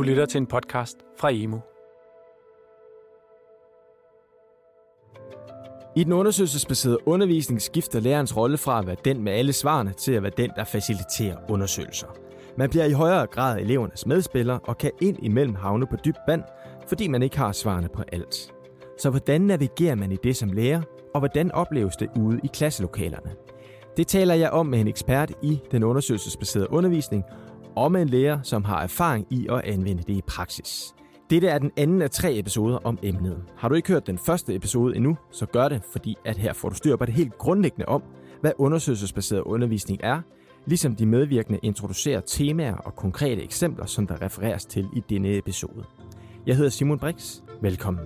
Du lytter til en podcast fra Emo. I den undersøgelsesbaserede undervisning skifter lærerens rolle fra at være den med alle svarene til at være den, der faciliterer undersøgelser. Man bliver i højere grad elevernes medspiller og kan ind imellem havne på dybt vand, fordi man ikke har svarene på alt. Så hvordan navigerer man i det som lærer, og hvordan opleves det ude i klasselokalerne? Det taler jeg om med en ekspert i den undersøgelsesbaserede undervisning, og med en lærer, som har erfaring i at anvende det i praksis. Dette er den anden af 3 episoder om emnet. Har du ikke hørt den første episode endnu, så gør det, fordi at her får du styr på det helt grundlæggende om, hvad undersøgelsesbaseret undervisning er, ligesom de medvirkende introducerer temaer og konkrete eksempler, som der refereres til i denne episode. Jeg hedder Simon Brix. Velkommen.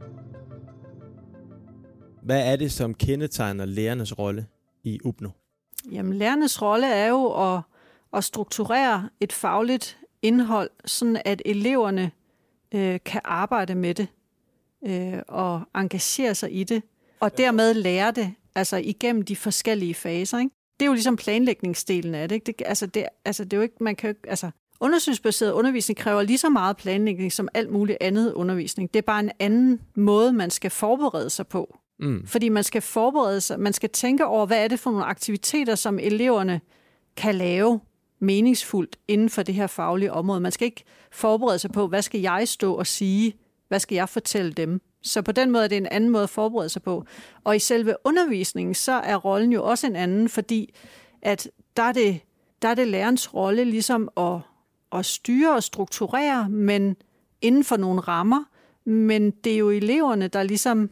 Hvad er det, som kendetegner lærernes rolle i UPNO? Jamen, lærernes rolle er jo at strukturere et fagligt indhold, sådan at eleverne kan arbejde med det og engagere sig i det, og dermed lære det, altså igennem de forskellige faser, ikke? Det er jo ligesom planlægningsdelen af det, ikke? Det er jo ikke, man kan jo ikke, undersøgelsesbaseret undervisning kræver lige så meget planlægning som alt muligt andet undervisning. Det er bare en anden måde, man skal forberede sig på. Fordi man skal forberede sig, man skal tænke over, hvad er det for nogle aktiviteter, som eleverne kan lave meningsfuldt inden for det her faglige område. Man skal ikke forberede sig på, hvad skal jeg stå og sige, hvad skal jeg fortælle dem. Så på den måde er det en anden måde at forberede sig på. Og i selve undervisningen, så er rollen jo også en anden, fordi at der er det lærerens rolle ligesom at styre og strukturere, men inden for nogle rammer. Men det er jo eleverne, der ligesom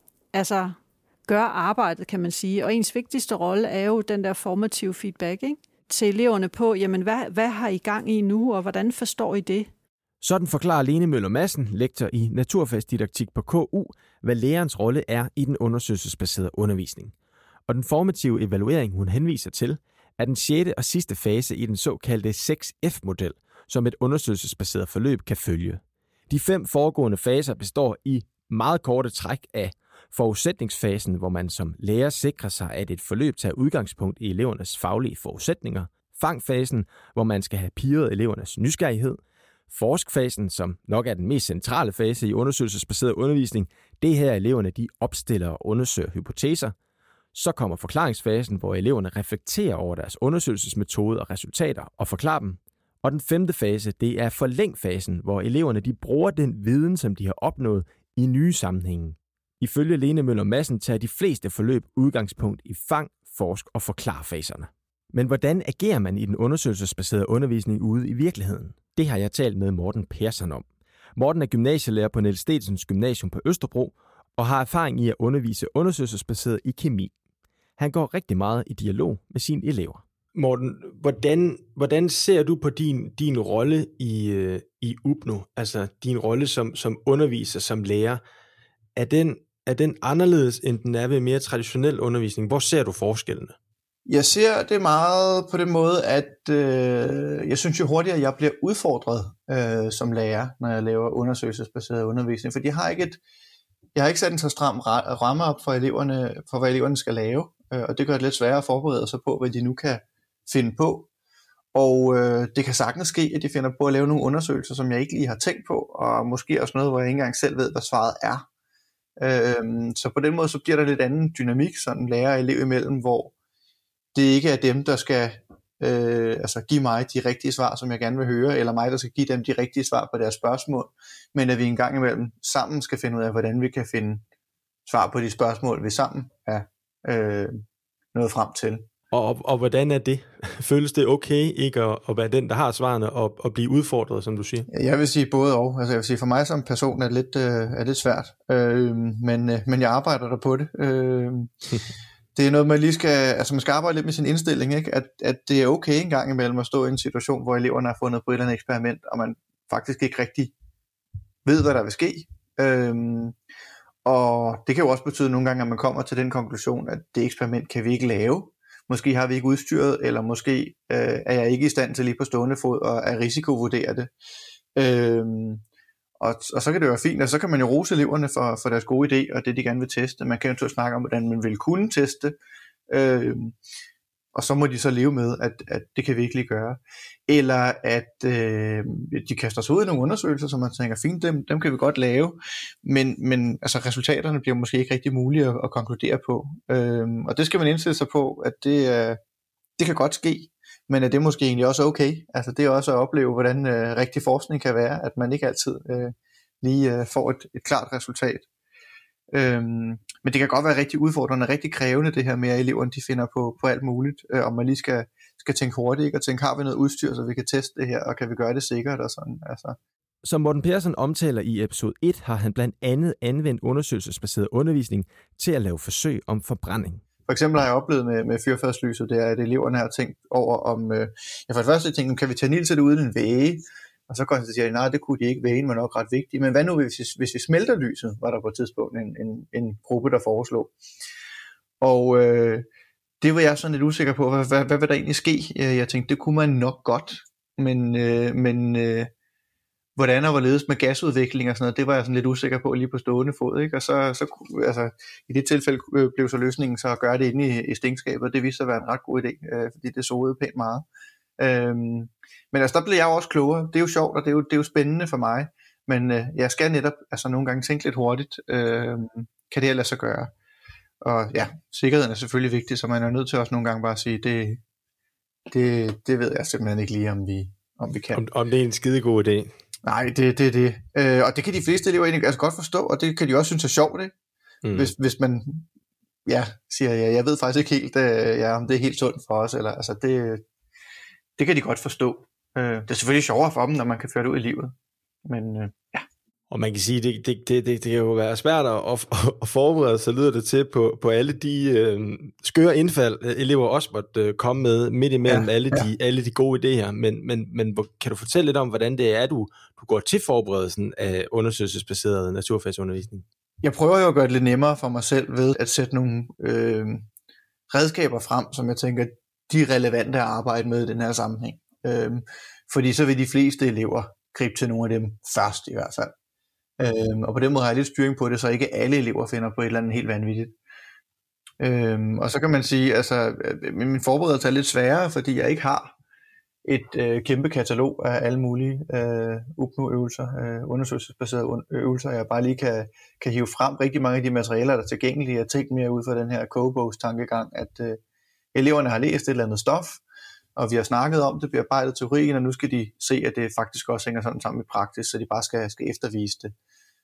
gør arbejdet, kan man sige. Og ens vigtigste rolle er jo den der formative feedback, ikke? Til eleverne på, jamen hvad har I gang i nu, og hvordan forstår I det? Sådan forklarer Lene Møller Madsen, lektor i naturfagsdidaktik på KU, hvad lærerens rolle er i den undersøgelsesbaserede undervisning. Og den formative evaluering, hun henviser til, er den 6. og sidste fase i den såkaldte 6F-model, som et undersøgelsesbaseret forløb kan følge. De 5 foregående faser består i meget korte træk af forudsætningsfasen, hvor man som lærer sikrer sig, at et forløb tager udgangspunkt i elevernes faglige forudsætninger. Fangfasen, hvor man skal have pirret elevernes nysgerrighed. Forskfasen, som nok er den mest centrale fase i undersøgelsesbaseret undervisning. Det her eleverne de opstiller og undersøger hypoteser. Så kommer forklaringsfasen, hvor eleverne reflekterer over deres undersøgelsesmetode og resultater og forklarer dem. Og den 5. fase, det er forlængfasen, hvor eleverne de bruger den viden, som de har opnået i nye sammenhænge. Ifølge Lene Møller Madsen tager de fleste forløb udgangspunkt i fang, forsk og forklarfaserne. Men hvordan agerer man i den undersøgelsesbaserede undervisning ude i virkeligheden? Det har jeg talt med Morten Persson om. Morten er gymnasielærer på Niels Steensens Gymnasium på Østerbro og har erfaring i at undervise undersøgelsesbaseret i kemi. Han går rigtig meget i dialog med sine elever. Morten, hvordan ser du på din rolle i UPNO, altså din rolle som underviser, som lærer? Er den anderledes, end den er ved mere traditionel undervisning? Hvor ser du forskellene? Jeg ser det meget på den måde, at jeg synes jo hurtigere, at jeg bliver udfordret som lærer, når jeg laver undersøgelsesbaseret undervisning. For jeg har ikke sat en så stram ramme op for eleverne, for hvad eleverne skal lave. Og det gør det lidt sværere at forberede sig på, hvad de nu kan finde på. Og det kan sagtens ske, at de finder på at lave nogle undersøgelser, som jeg ikke lige har tænkt på, og måske også noget, hvor jeg ikke engang selv ved, hvad svaret er. Så på den måde så bliver der lidt anden dynamik, sådan lærer og elev imellem, hvor det ikke er dem, der skal give mig de rigtige svar, som jeg gerne vil høre, eller mig, der skal give dem de rigtige svar på deres spørgsmål, men at vi en gang imellem sammen skal finde ud af, hvordan vi kan finde svar på de spørgsmål, vi sammen er nået frem til. Og hvordan er det? Føles det okay ikke at være den, der har svarene og blive udfordret, som du siger? Jeg vil sige både og. Altså jeg vil sige, for mig som person er det lidt svært, men jeg arbejder der på det. Det er noget, man lige skal, man skal arbejde lidt med sin indstilling, ikke? At det er okay en gang imellem at stå i en situation, hvor eleverne har fundet på et eller andet eksperiment, og man faktisk ikke rigtig ved, hvad der vil ske. Og det kan jo også betyde nogle gange, at man kommer til den konklusion, at det eksperiment kan vi ikke lave. Måske har vi ikke udstyret, eller måske er jeg ikke i stand til lige på stående fod at risikovurdere det. Og så kan det være fint, og så kan man jo rose eleverne for deres gode idé, og det de gerne vil teste. Man kan jo snakke om, hvordan man vil kunne teste. og så må de så leve med, at det kan vi ikke lige gøre. Eller at de kaster sig ud i nogle undersøgelser, som man tænker, fint, dem kan vi godt lave, men altså, resultaterne bliver måske ikke rigtig mulige at konkludere på. Og det skal man indstille sig på, at det kan godt ske, men at det måske egentlig også er okay. Altså det er også at opleve, hvordan rigtig forskning kan være, at man ikke altid lige får et klart resultat. Men det kan godt være rigtig udfordrende, rigtig krævende det her med, at eleverne de finder på alt muligt, om man lige skal tænke hurtigt, ikke? Og tænke, har vi noget udstyr, så vi kan teste det her, og kan vi gøre det sikkert og sådan. Altså. Som Morten Persson omtaler i episode 1, har han blandt andet anvendt undersøgelsesbaseret undervisning til at lave forsøg om forbrænding. For eksempel har jeg oplevet med fyrfadslyset, det er, at eleverne har tænkt over om, for det første tænkte, kan vi tage en ild til det uden en væge? Og så konstaterer de, nej, det kunne de ikke, vægen var nok ret vigtig. Men hvad nu, hvis vi smelter lyset, var der på et tidspunkt en gruppe, der foreslog. Og det var jeg sådan lidt usikker på, hvad vil der egentlig ske? Jeg tænkte, det kunne man nok godt, men hvordan og hvorledes med gasudvikling og sådan noget, det var jeg sådan lidt usikker på lige på stående fod, ikke? Og så altså, i det tilfælde blev så løsningen så at gøre det inde i stinkskabet, det viste sig at være en ret god idé, fordi det såede pænt meget. Men altså, der blev jeg også klogere. Det er jo sjovt, og det er jo spændende for mig, men jeg skal netop altså nogle gange tænke lidt hurtigt, kan det lade sig gøre? Og ja, sikkerheden er selvfølgelig vigtig, så man er nødt til også nogle gange bare at sige, det ved jeg simpelthen ikke lige, om vi kan. Om det er en skidegod idé. Nej, det er det. Og det kan de fleste elever egentlig altså godt forstå, og det kan de også synes er sjovt, ikke? Hvis man siger, jeg ved faktisk ikke helt, om det er helt sundt for os, eller altså det kan de godt forstå. Det er selvfølgelig sjovere for dem, når man kan føre det ud i livet. Men ja. Og man kan sige, det kan jo være svært at forberede sig, lyder det til, på alle de skøre indfald, elever også måtte komme med midt imellem alle de gode idéer. Men kan du fortælle lidt om, hvordan det er, du går til forberedelsen af undersøgelsesbaseret naturfagsundervisning? Jeg prøver jo at gøre det lidt nemmere for mig selv ved at sætte nogle redskaber frem, som jeg tænker, de er relevante at arbejde med i den her sammenhæng. Fordi så vil de fleste elever gribe til nogle af dem først i hvert fald. Og på den måde har jeg lidt styring på det, så ikke alle elever finder på et eller andet helt vanvittigt. Og så kan man sige, altså min forberedelse er lidt sværere, fordi jeg ikke har et kæmpe katalog af alle mulige UPNU-øvelser, undersøgelsesbaserede øvelser, jeg bare lige kan hive frem. Rigtig mange af de materialer, der er tilgængelige, jeg tænker mere ud fra den her kogebogs-tankegang, at eleverne har læst et eller andet stof, og vi har snakket om det, bearbejdet teorien, og nu skal de se, at det faktisk også hænger sådan sammen i praksis, så de bare skal eftervise det.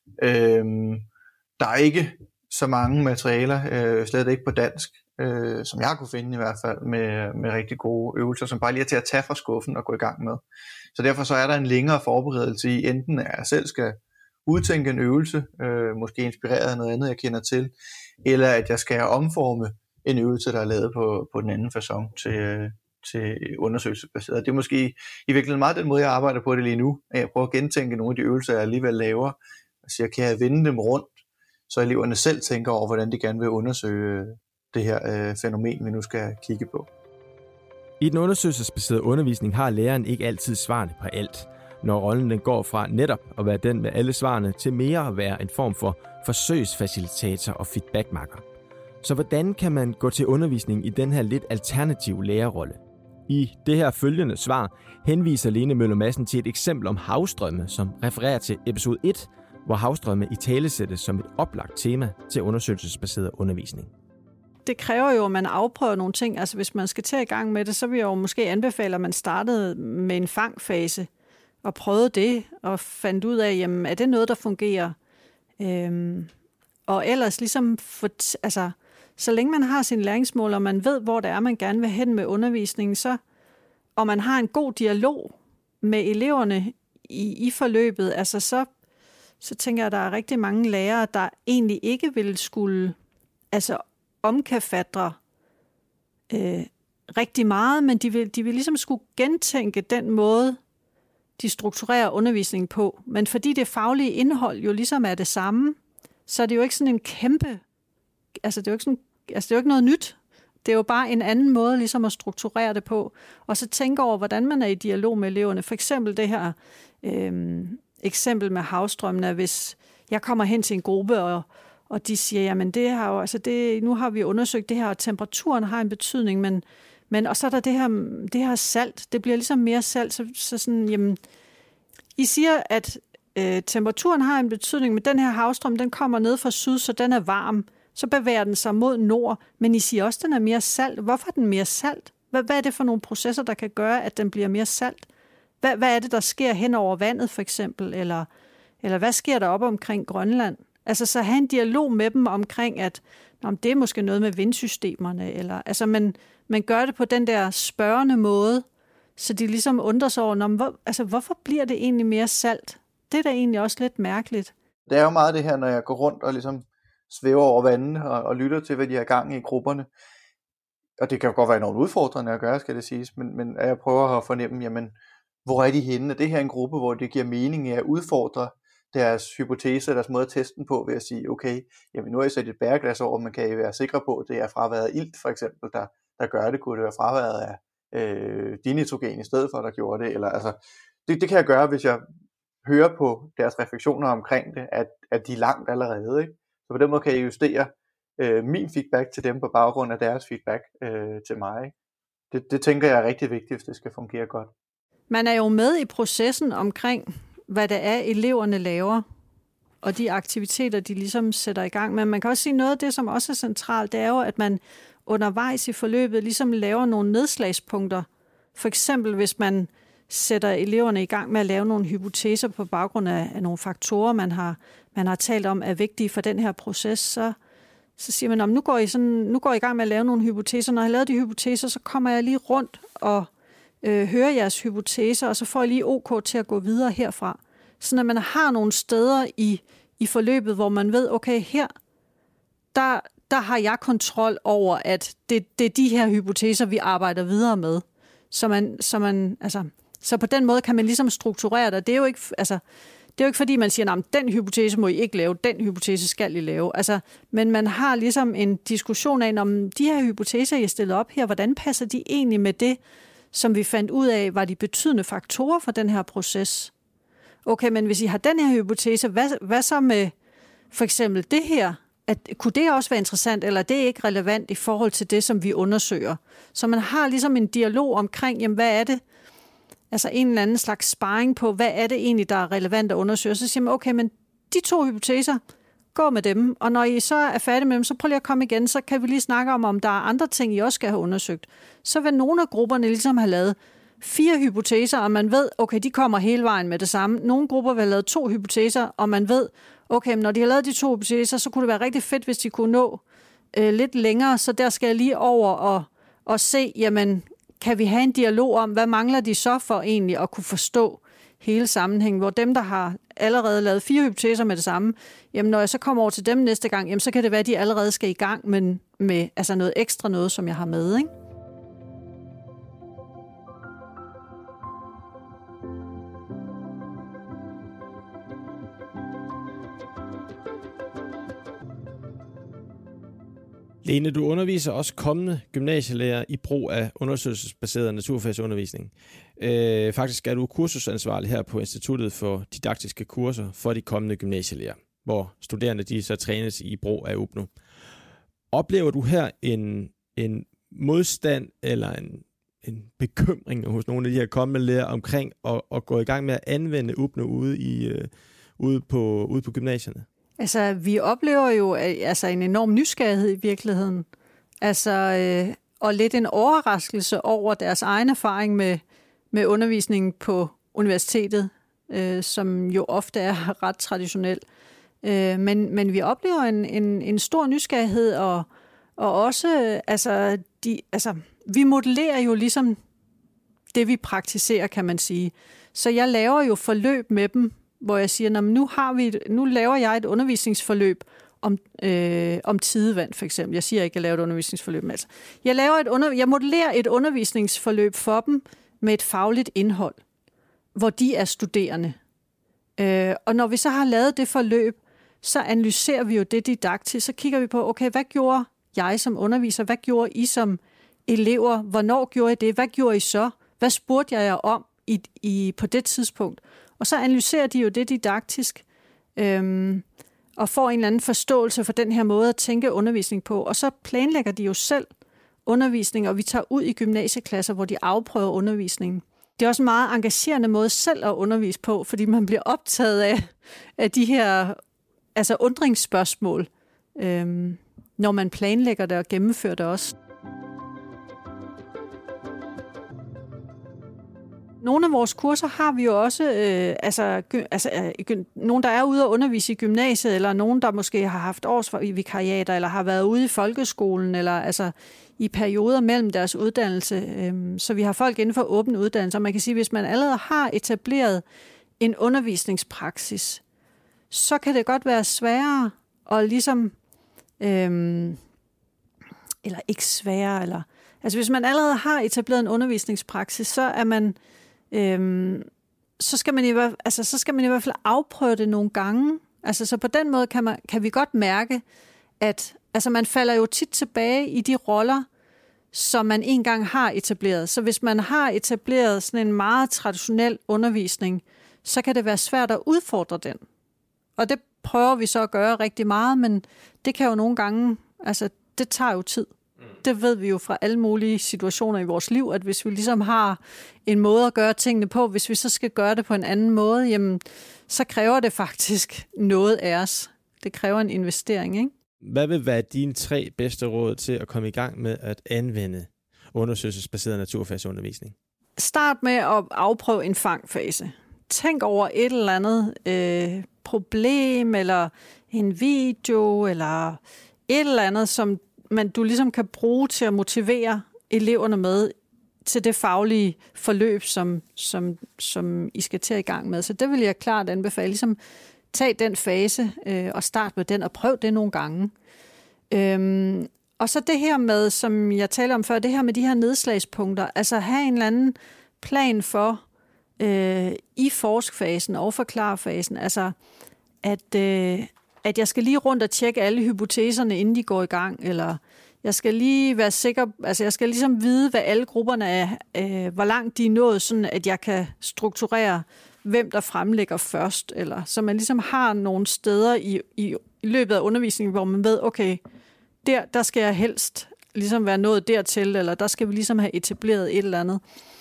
Der er ikke så mange materialer, slet ikke på dansk, som jeg kunne finde i hvert fald, med rigtig gode øvelser, som bare lige er til at tage fra skuffen og gå i gang med. Så derfor så er der en længere forberedelse i, enten at jeg selv skal udtænke en øvelse, måske inspireret af noget andet, jeg kender til, eller at jeg skal omforme en øvelse, der er lavet på den anden facon til undersøgelsesbaseret. Det er måske i virkeligheden meget den måde, jeg arbejder på det lige nu, at jeg prøver at gentænke nogle af de øvelser, jeg alligevel laver, og siger, kan jeg vende dem rundt, så eleverne selv tænker over, hvordan de gerne vil undersøge det her fænomen, vi nu skal kigge på. I den undersøgelsesbaserede undervisning har læreren ikke altid svarene på alt, når rollen den går fra netop at være den med alle svarene til mere at være en form for forsøgsfacilitator og feedbackmakker. Så hvordan kan man gå til undervisning i den her lidt alternative lærerrolle? I det her følgende svar henviser Lene Møller Madsen til et eksempel om havstrømme, som refererer til episode 1, hvor havstrømme italesættes som et oplagt tema til undersøgelsesbaseret undervisning. Det kræver jo, at man afprøver nogle ting. Altså hvis man skal til i gang med det, så vil jeg jo måske anbefale, at man startede med en fangfase og prøvede det og fandt ud af, jamen, er det noget, der fungerer? Og ellers ligesom, så længe man har sin læringsmål, og man ved, hvor det er, man gerne vil hen med undervisningen, og man har en god dialog med eleverne i forløbet, altså så tænker jeg, at der er rigtig mange lærere, der egentlig ikke vil skulle omkafatre rigtig meget, men de vil ligesom skulle gentænke den måde, de strukturerer undervisningen på. Men fordi det faglige indhold jo ligesom er det samme, så er det jo ikke sådan en kæmpe, det er jo ikke noget nyt. Det er jo bare en anden måde ligesom at strukturere det på, og så tænke over, hvordan man er i dialog med eleverne. For eksempel det her eksempel med havstrømmene, hvis jeg kommer hen til en gruppe, og de siger, jamen det har jo, nu har vi undersøgt det her, og temperaturen har en betydning, Men og så er der det her salt. Det bliver ligesom mere salt. Så sådan, jamen, I siger, at temperaturen har en betydning, men den her havstrøm, den kommer ned fra syd, så den er varm. Så bevæger den sig mod nord, men I siger også, at den er mere salt. Hvorfor er den mere salt? Hvad er det for nogle processer, der kan gøre, at den bliver mere salt? Hvad er det, der sker hen over vandet, for eksempel? Eller hvad sker der op omkring Grønland? Altså, så have en dialog med dem omkring, at det er måske noget med vindsystemerne. Eller, altså, man gør det på den der spørgende måde, så de ligesom undrer sig over, hvorfor bliver det egentlig mere salt? Det er da egentlig også lidt mærkeligt. Det er jo meget det her, når jeg går rundt og ligesom svæver over vandene og lytter til, hvad de har gang i grupperne. Og det kan jo godt være enormt udfordrende at gøre, skal det siges, men jeg prøver at fornemme, jamen, hvor er de henne? Er det her en gruppe, hvor det giver mening at udfordre deres hypotese, deres måde at teste den på, ved at sige, okay, jamen nu har jeg sat et bæreglas over, man kan I være sikre på, at det er fraværet af ilt, for eksempel, der gør det. Kunne det være fraværet af dinitrogen i stedet for, der gjorde det? Eller, altså, det kan jeg gøre, hvis jeg hører på deres refleksioner omkring det, at de er langt allerede, ikke? Så på den måde kan jeg justere min feedback til dem på baggrund af deres feedback til mig, ikke? Det tænker jeg er rigtig vigtigt, hvis det skal fungere godt. Man er jo med i processen omkring, hvad det er, eleverne laver, og de aktiviteter, de ligesom sætter i gang. Men man kan også sige noget af det, som også er centralt, det er jo, at man undervejs i forløbet ligesom laver nogle nedslagspunkter. For eksempel, hvis man sætter eleverne i gang med at lave nogle hypoteser på baggrund af nogle faktorer, man har talt om, er vigtige for den her proces, så siger man, nu går I i gang med at lave nogle hypoteser. Når jeg har lavet de hypoteser, så kommer jeg lige rundt og hører jeres hypoteser, og så får jeg lige OK til at gå videre herfra. Sådan at man har nogle steder i forløbet, hvor man ved, okay, her, der har jeg kontrol over, at det er de her hypoteser, vi arbejder videre med. Så på den måde kan man ligesom strukturere det. Det er jo ikke fordi, man siger, den hypotese må I ikke lave, den hypotese skal I lave. Altså, men man har ligesom en diskussion af, om de her hypoteser, I har stillet op her, hvordan passer de egentlig med det, som vi fandt ud af, var de betydende faktorer for den her proces? Okay, men hvis I har den her hypotese, hvad så med for eksempel det her? Kunne det også være interessant, eller er det ikke relevant i forhold til det, som vi undersøger? Så man har ligesom en dialog omkring, jamen, hvad er det? Altså en eller anden slags sparring på, hvad er det egentlig, der er relevant at undersøge? Så siger man, okay, men de 2 hypoteser, gå med dem, og når I så er færdige med dem, så prøv lige at komme igen, så kan vi lige snakke om der er andre ting, I også skal have undersøgt. Så vil nogle af grupperne ligesom have lavet 4 hypoteser, og man ved, okay, de kommer hele vejen med det samme. Nogle grupper vil have lavet 2 hypoteser, og man ved, okay, når de har lavet de 2 hypoteser, så kunne det være rigtig fedt, hvis de kunne nå lidt længere, så der skal jeg lige over og se, jamen, kan vi have en dialog om, hvad mangler de så for egentlig at kunne forstå hele sammenhængen, hvor dem, der har allerede lavet 4 hypoteser med det samme, jamen når jeg så kommer over til dem næste gang, jamen så kan det være, at de allerede skal i gang med altså noget ekstra noget, som jeg har med, ikke? Lene, du underviser også kommende gymnasielærer i brug af undersøgelsesbaseret naturfagsundervisning. Faktisk er du kursusansvarlig her på Instituttet for Didaktiske Kurser for de kommende gymnasielærer, hvor studerende de så trænes i brug af UPNO. Oplever du her en modstand eller en bekymring hos nogle af de her kommende lærere omkring at gå i gang med at anvende UPNO ude på gymnasierne? Altså, vi oplever jo en enorm nysgerrighed i virkeligheden. Og lidt en overraskelse over deres egen erfaring med undervisningen på universitetet, som jo ofte er ret traditionel. Men vi oplever en stor nysgerrighed, og også, vi modellerer jo ligesom det, vi praktiserer, kan man sige. Så jeg laver jo forløb med dem, hvor jeg siger, nu laver jeg et undervisningsforløb om tidevand, for eksempel. Jeg siger ikke, at jeg laver et undervisningsforløb, men altså. Jeg modellerer et undervisningsforløb for dem med et fagligt indhold, hvor de er studerende. Og når vi så har lavet det forløb, så analyserer vi jo det didaktisk. Så kigger vi på, okay, hvad gjorde jeg som underviser? Hvad gjorde I som elever? Hvornår gjorde I det? Hvad gjorde I så? Hvad spurgte jeg jer om på det tidspunkt? Og så analyserer de jo det didaktisk, og får en eller anden forståelse for den her måde at tænke undervisning på. Og så planlægger de jo selv undervisning, og vi tager ud i gymnasieklasser, hvor de afprøver undervisningen. Det er også en meget engagerende måde selv at undervise på, fordi man bliver optaget af de her undringsspørgsmål, når man planlægger det og gennemfører det også. Nogle af vores kurser har vi jo også, nogen, der er ude og undervise i gymnasiet, eller nogen, der måske har haft årsvikariater, eller har været ude i folkeskolen, eller i perioder mellem deres uddannelse. Så vi har folk inden for åben uddannelse, og man kan sige, at hvis man allerede har etableret en undervisningspraksis, så kan det godt være sværere at ligesom, eller ikke sværere, hvis man allerede har etableret en undervisningspraksis, så er man så skal man i hvert fald afprøve det nogle gange. Så på den måde kan vi godt mærke, at man falder jo tit tilbage i de roller, som man engang har etableret. Så hvis man har etableret sådan en meget traditionel undervisning, så kan det være svært at udfordre den. Og det prøver vi så at gøre rigtig meget, men det kan jo nogle gange, det tager jo tid. Det ved vi jo fra alle mulige situationer i vores liv, at hvis vi ligesom har en måde at gøre tingene på, hvis vi så skal gøre det på en anden måde, jamen, så kræver det faktisk noget af os. Det kræver en investering, ikke? Hvad vil være dine 3 bedste råd til at komme i gang med at anvende undersøgelsesbaseret naturfagsundervisning? Start med at afprøve en fangfase. Tænk over et eller andet problem, eller en video, eller et eller andet, som du ligesom kan bruge til at motivere eleverne med til det faglige forløb, som I skal til i gang med. Så det vil jeg klart anbefale. Ligesom tag den fase og start med den, og prøv det nogle gange. Og så det her med, som jeg talte om før, det her med de her nedslagspunkter, have en eller anden plan for i forskfasen og forklarfasen, at jeg skal lige rundt og tjekke alle hypoteserne, inden de går i gang, eller jeg skal lige være sikker, jeg skal ligesom vide, hvad alle grupperne er, hvor langt de er nået, sådan at jeg kan strukturere, hvem der fremlægger først, eller så man ligesom har nogle steder i løbet af undervisningen, hvor man ved, okay, der skal jeg helst ligesom være nået dertil, eller der skal vi ligesom have etableret et eller andet.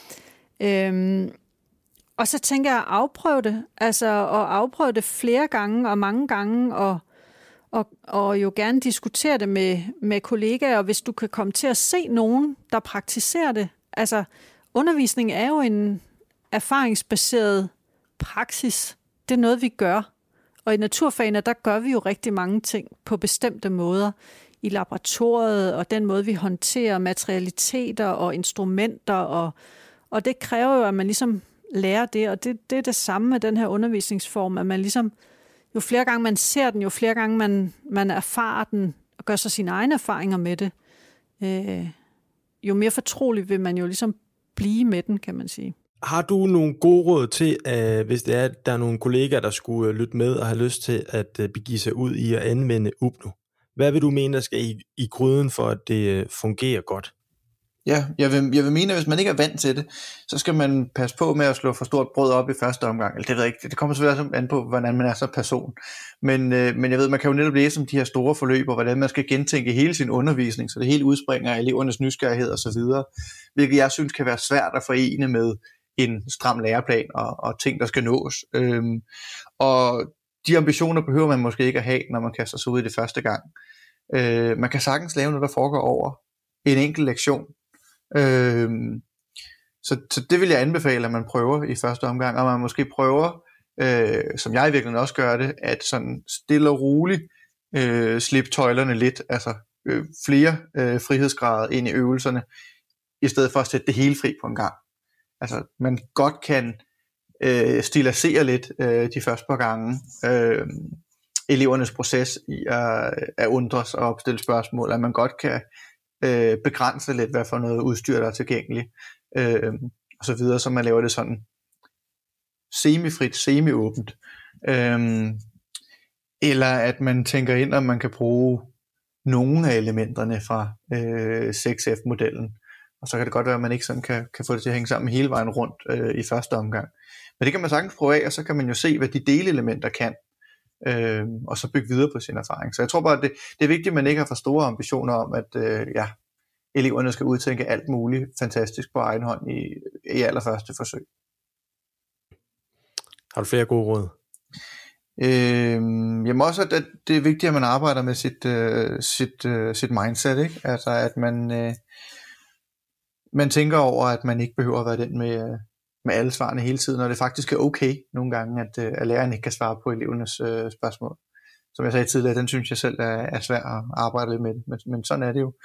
Og så tænker jeg at afprøve det, og afprøve det flere gange og mange gange, og jo gerne diskutere det med kollegaer, og hvis du kan komme til at se nogen, der praktiserer det. Undervisning er jo en erfaringsbaseret praksis. Det er noget, vi gør. Og i naturfagene, der gør vi jo rigtig mange ting på bestemte måder. I laboratoriet, og den måde, vi håndterer materialiteter og instrumenter, og det kræver jo, at man ligesom lærer det, og det er det samme med den her undervisningsform, at man ligesom, jo flere gange man ser den, jo flere gange man erfarer den, og gør sig sine egne erfaringer med det, jo mere fortrolig vil man jo ligesom blive med den, kan man sige. Har du nogle gode råd til, hvis det er, at der er nogle kollegaer, der skulle lytte med og have lyst til at begive sig ud i at anvende UPNO? Hvad vil du mene, der skal i gryden for, at det fungerer godt? Ja, jeg vil mene, at hvis man ikke er vant til det, så skal man passe på med at slå for stort brød op i første omgang. Eller det ved jeg ikke, det kommer selvfølgelig an på, hvordan man er så person. Men jeg ved, man kan jo netop læse om de her store forløb, og hvordan man skal gentænke hele sin undervisning, så det hele udspringer af elevernes nysgerrighed osv., hvilket jeg synes kan være svært at forene med en stram læreplan og ting, der skal nås. Og de ambitioner behøver man måske ikke at have, når man kaster sig ud i det første gang. Man kan sagtens lave noget, der foregår over en enkelt lektion. Så det vil jeg anbefale, at man prøver i første omgang, og man måske prøver, som jeg i virkeligheden også gør det, at sådan stille og roligt slippe tøjlerne lidt, flere frihedsgrader ind i øvelserne, i stedet for at sætte det hele fri på en gang. Man godt kan stilisere lidt de første par gange elevernes proces i at undres og opstille spørgsmål, at man godt kan begrænse lidt, hvad for noget udstyr der er tilgængeligt, og så videre, så man laver det sådan semifrit, semi-åbent. Eller at man tænker ind, om man kan bruge nogle af elementerne fra 6F-modellen, og så kan det godt være, at man ikke sådan kan få det til at hænge sammen hele vejen rundt i første omgang. Men det kan man sagtens prøve af, og så kan man jo se, hvad de delelementer kan, og så bygge videre på sin erfaring. Så jeg tror bare, at det er vigtigt, at man ikke har for store ambitioner om, at eleverne skal udtænke alt muligt fantastisk på egen hånd i allerførste forsøg. Har du flere gode råd? Jamen også, at det er vigtigt, at man arbejder med sit mindset, ikke? Altså, at man tænker over, at man ikke behøver at være den med alle svarene hele tiden, og det faktisk er okay nogle gange, at læreren ikke kan svare på elevernes spørgsmål. Som jeg sagde tidligere, den synes jeg selv er svær at arbejde med, men sådan er det jo.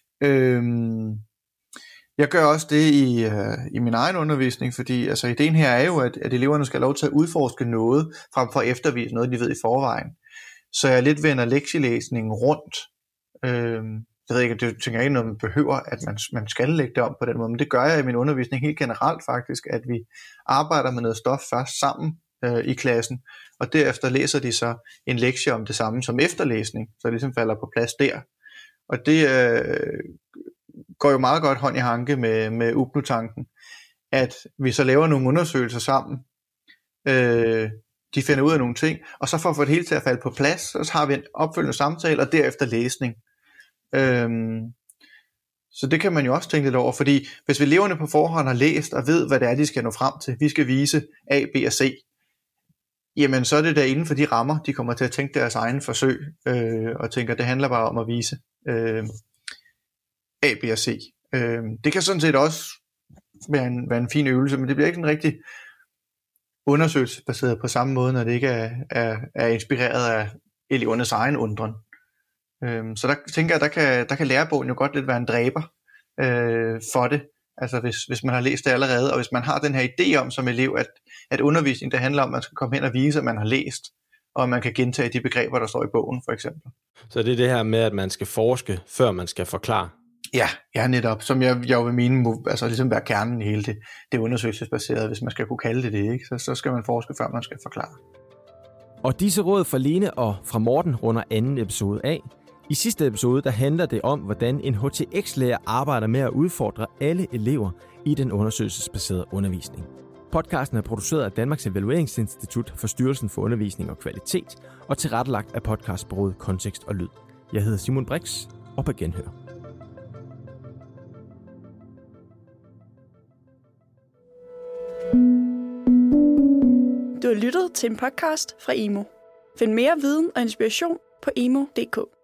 Jeg gør også det i min egen undervisning, fordi altså, ideen her er jo, at eleverne skal have lov til at udforske noget, frem for at eftervise noget, de ved i forvejen. Så jeg lidt vender lektielæsningen rundt. Jeg ved ikke, det tænker jeg ikke noget, man behøver, at man skal lægge det om på den måde, men det gør jeg i min undervisning helt generelt faktisk, at vi arbejder med noget stof først sammen i klassen, og derefter læser de så en lektie om det samme som efterlæsning, så det ligesom falder på plads der. Og det går jo meget godt hånd i hanke med UBNU-tanken, at vi så laver nogle undersøgelser sammen, de finder ud af nogle ting, og så for at få det hele til at falde på plads, så har vi en opfølgende samtale, og derefter læsning. Så det kan man jo også tænke lidt over, fordi hvis vi eleverne på forhånd har læst og ved, hvad det er, de skal nå frem til, vi skal vise A, B og C, jamen så er det der inden for de rammer, de kommer til at tænke deres egen forsøg, og tænker, det handler bare om at vise A, B og C. Det kan sådan set også være en fin øvelse, men det bliver ikke en rigtig undersøgelsesbaseret på samme måde, når det ikke er inspireret af elevernes egen undren. Så der tænker jeg, der kan lærebogen jo godt lidt være en dræber for det, altså hvis man har læst det allerede, og hvis man har den her idé om som elev, at undervisning det handler om, at man skal komme hen og vise, at man har læst, og man kan gentage de begreber, der står i bogen, for eksempel. Så det er det her med, at man skal forske, før man skal forklare? Ja, netop. Som jeg jo vil mene, altså ligesom være kernen i hele det undersøgelsesbaserede, hvis man skal kunne kalde det, ikke? Så skal man forske, før man skal forklare. Og disse råd fra Lene og fra Morten runder anden episode af. I sidste episode der handler det om, hvordan en HTX-lærer arbejder med at udfordre alle elever i den undersøgelsesbaserede undervisning. Podcasten er produceret af Danmarks Evalueringsinstitut for Styrelsen for Undervisning og Kvalitet og tilrettelagt af podcastbureauet Kontekst og Lyd. Jeg hedder Simon Brix, og på genhør. Du har lyttet til en podcast fra Emo. Find mere viden og inspiration på emo.dk.